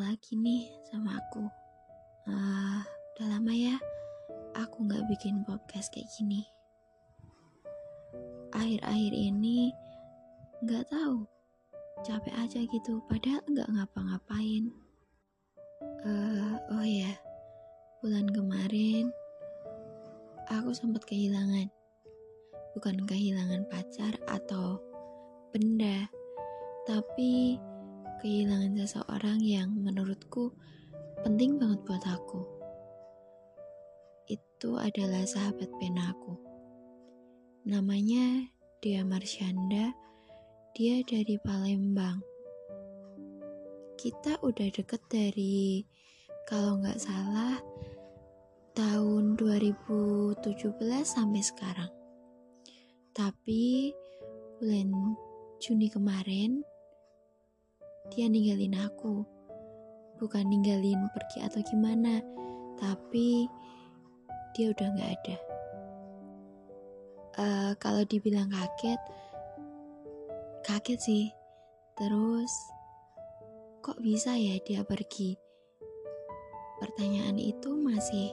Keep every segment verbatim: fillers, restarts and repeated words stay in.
lagi nih sama aku. Uh, udah lama ya aku gak bikin podcast kayak gini. Akhir-akhir ini gak tahu, capek aja gitu, padahal gak ngapa-ngapain. Uh, oh ya, bulan kemarin aku sempat kehilangan. Bukan kehilangan pacar atau benda, tapi kehilangan seseorang yang menurutku penting banget buat aku. Itu adalah sahabat pena aku. Namanya Dea Marsyanda. Dia dari Palembang. Kita udah deket dari, kalau gak salah, tahun dua ribu tujuh belas sampai sekarang. Tapi bulan Juni kemarin dia ninggalin aku. Bukan ninggalin pergi atau gimana, tapi dia udah gak ada. Uh, kalau dibilang kaget, kaget sih. Terus kok bisa ya dia pergi? Pertanyaan itu masih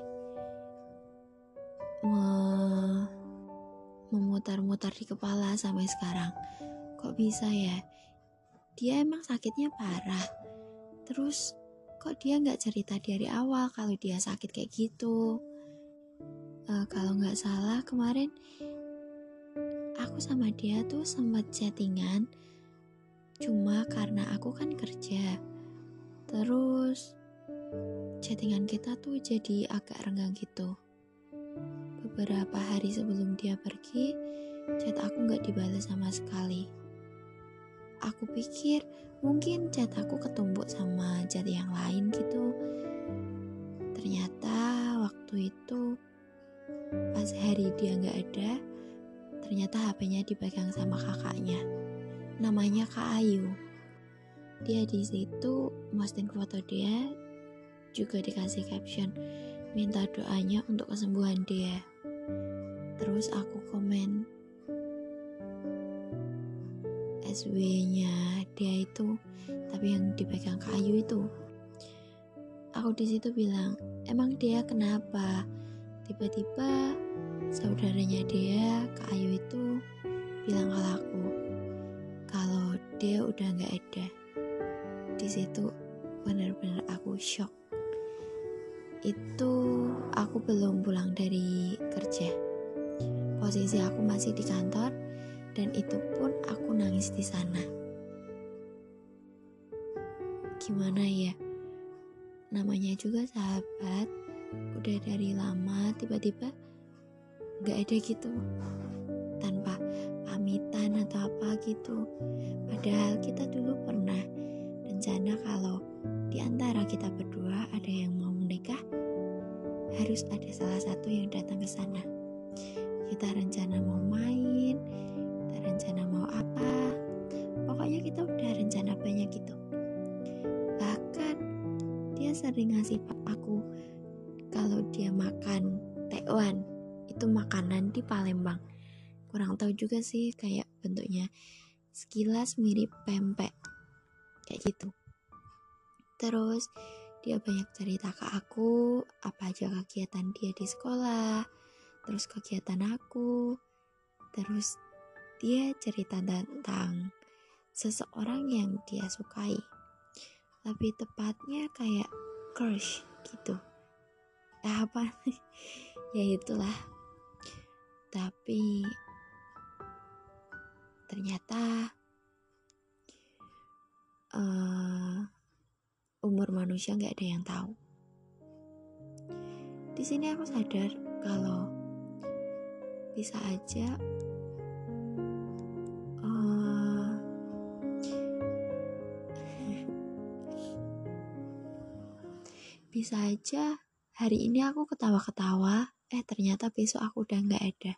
me- memutar-mutar di kepala sampai sekarang. Kok bisa ya? Dia emang sakitnya parah. Terus kok dia gak cerita dari awal kalau dia sakit kayak gitu? Uh, kalau gak salah kemarin aku sama dia tuh sempat chattingan. Cuma karena aku kan kerja, terus chattingan kita tuh jadi agak renggang gitu. Beberapa hari sebelum dia pergi, chat aku gak dibalas sama sekali. Aku pikir mungkin chat aku ketumbuk sama chat yang lain gitu. Ternyata waktu itu pas hari dia gak ada, ternyata H P-nya dipegang sama kakaknya. Namanya Kak Ayu. Dia di situ posting foto dia, juga dikasih caption minta doanya untuk kesembuhan dia. Terus aku komen S W-nya dia itu, tapi yang dipegang Kak Ayu itu. Aku di situ bilang, emang dia kenapa? Tiba-tiba saudaranya dia, Kak Ayu itu bilang ke aku kalau dia udah gak ada. Di situ benar-benar aku shock. Itu aku belum pulang dari kerja. Posisi aku masih di kantor dan itu pun aku nangis di sana. Gimana ya? Namanya juga sahabat, udah dari lama tiba-tiba gak ada gitu. Tanpa pamitan atau apa gitu. Padahal kita dulu pernah rencana kalau di antara kita berdua ada yang mau menikah, harus ada salah satu yang datang ke sana. Kita rencana mau main, kita rencana mau apa, pokoknya kita udah rencana banyak gitu. Bahkan dia sering ngasih aku kalau dia makan tekwan, itu makanan di Palembang. Kurang tahu juga sih, kayak bentuknya sekilas mirip pempek kayak gitu. Terus dia banyak cerita ke aku apa aja kegiatan dia di sekolah, terus kegiatan aku. Terus dia cerita tentang seseorang yang dia sukai, lebih tepatnya kayak crush gitu. Eh, apa ya itulah. Tapi ternyata uh, umur manusia nggak ada yang tahu. Di sini aku sadar kalau bisa aja uh, bisa aja hari ini aku ketawa-ketawa, eh ternyata besok aku udah nggak ada.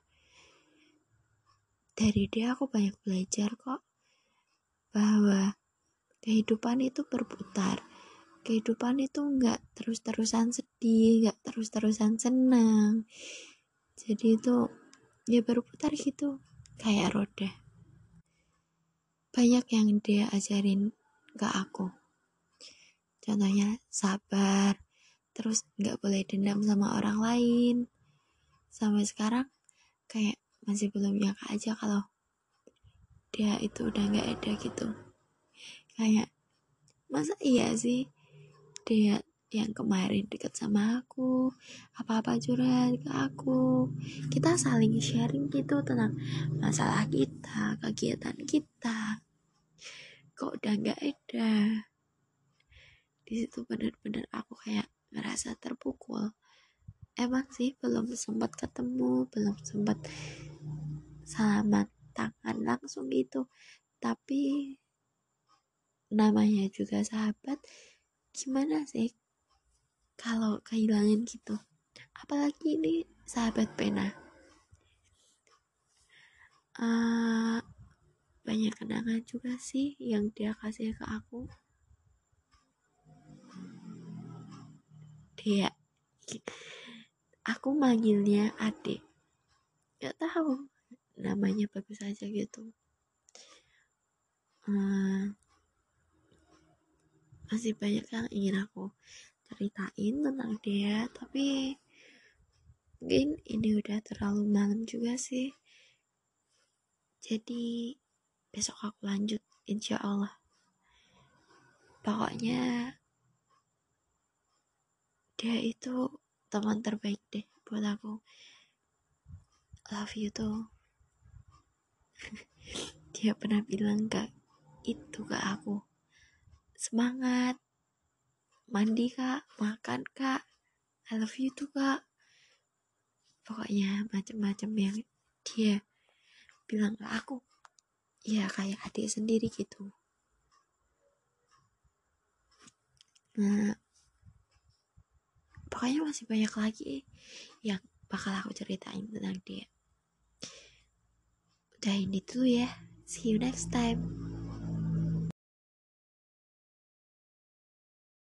Dari dia aku banyak belajar kok bahwa kehidupan itu berputar. Kehidupan itu gak terus-terusan sedih, gak terus-terusan senang. Jadi itu ya berputar gitu, kayak roda. Banyak yang dia ajarin ke aku. contohnya sabar, terus nggak boleh dendam sama orang lain. Sampai sekarang kayak masih belum nyangka aja kalau dia itu udah nggak ada gitu. Kayak masa iya sih dia yang kemarin deket sama aku, apa-apa curhat ke aku, kita saling sharing gitu tentang masalah kita, kegiatan kita, kok udah nggak ada. Di situ bener-bener aku kayak ngerasa terpukul. Emang sih belum sempat ketemu, belum sempat salaman tangan langsung gitu, tapi namanya juga sahabat, gimana sih kalau kehilangan gitu, apalagi ini sahabat pena. Uh, banyak kenangan juga sih yang dia kasih ke aku. Dia, aku manggilnya adik, gak tahu namanya bagus aja gitu. Uh, masih banyak yang ingin aku ceritain tentang dia, tapi mungkin ini udah terlalu malam juga sih. Jadi besok aku lanjut, insya Allah. Pokoknya dia itu teman terbaik deh buat aku. Love you tuh. Dia pernah bilang kak itu ke aku, semangat, mandi kak, makan kak, I love you tuh kak. Pokoknya macam-macam yang dia bilang ke aku, ya kayak adik sendiri gitu. Nah, pokoknya masih banyak lagi yang bakal aku ceritain tentang dia. Udah ini dulu ya, see you next time.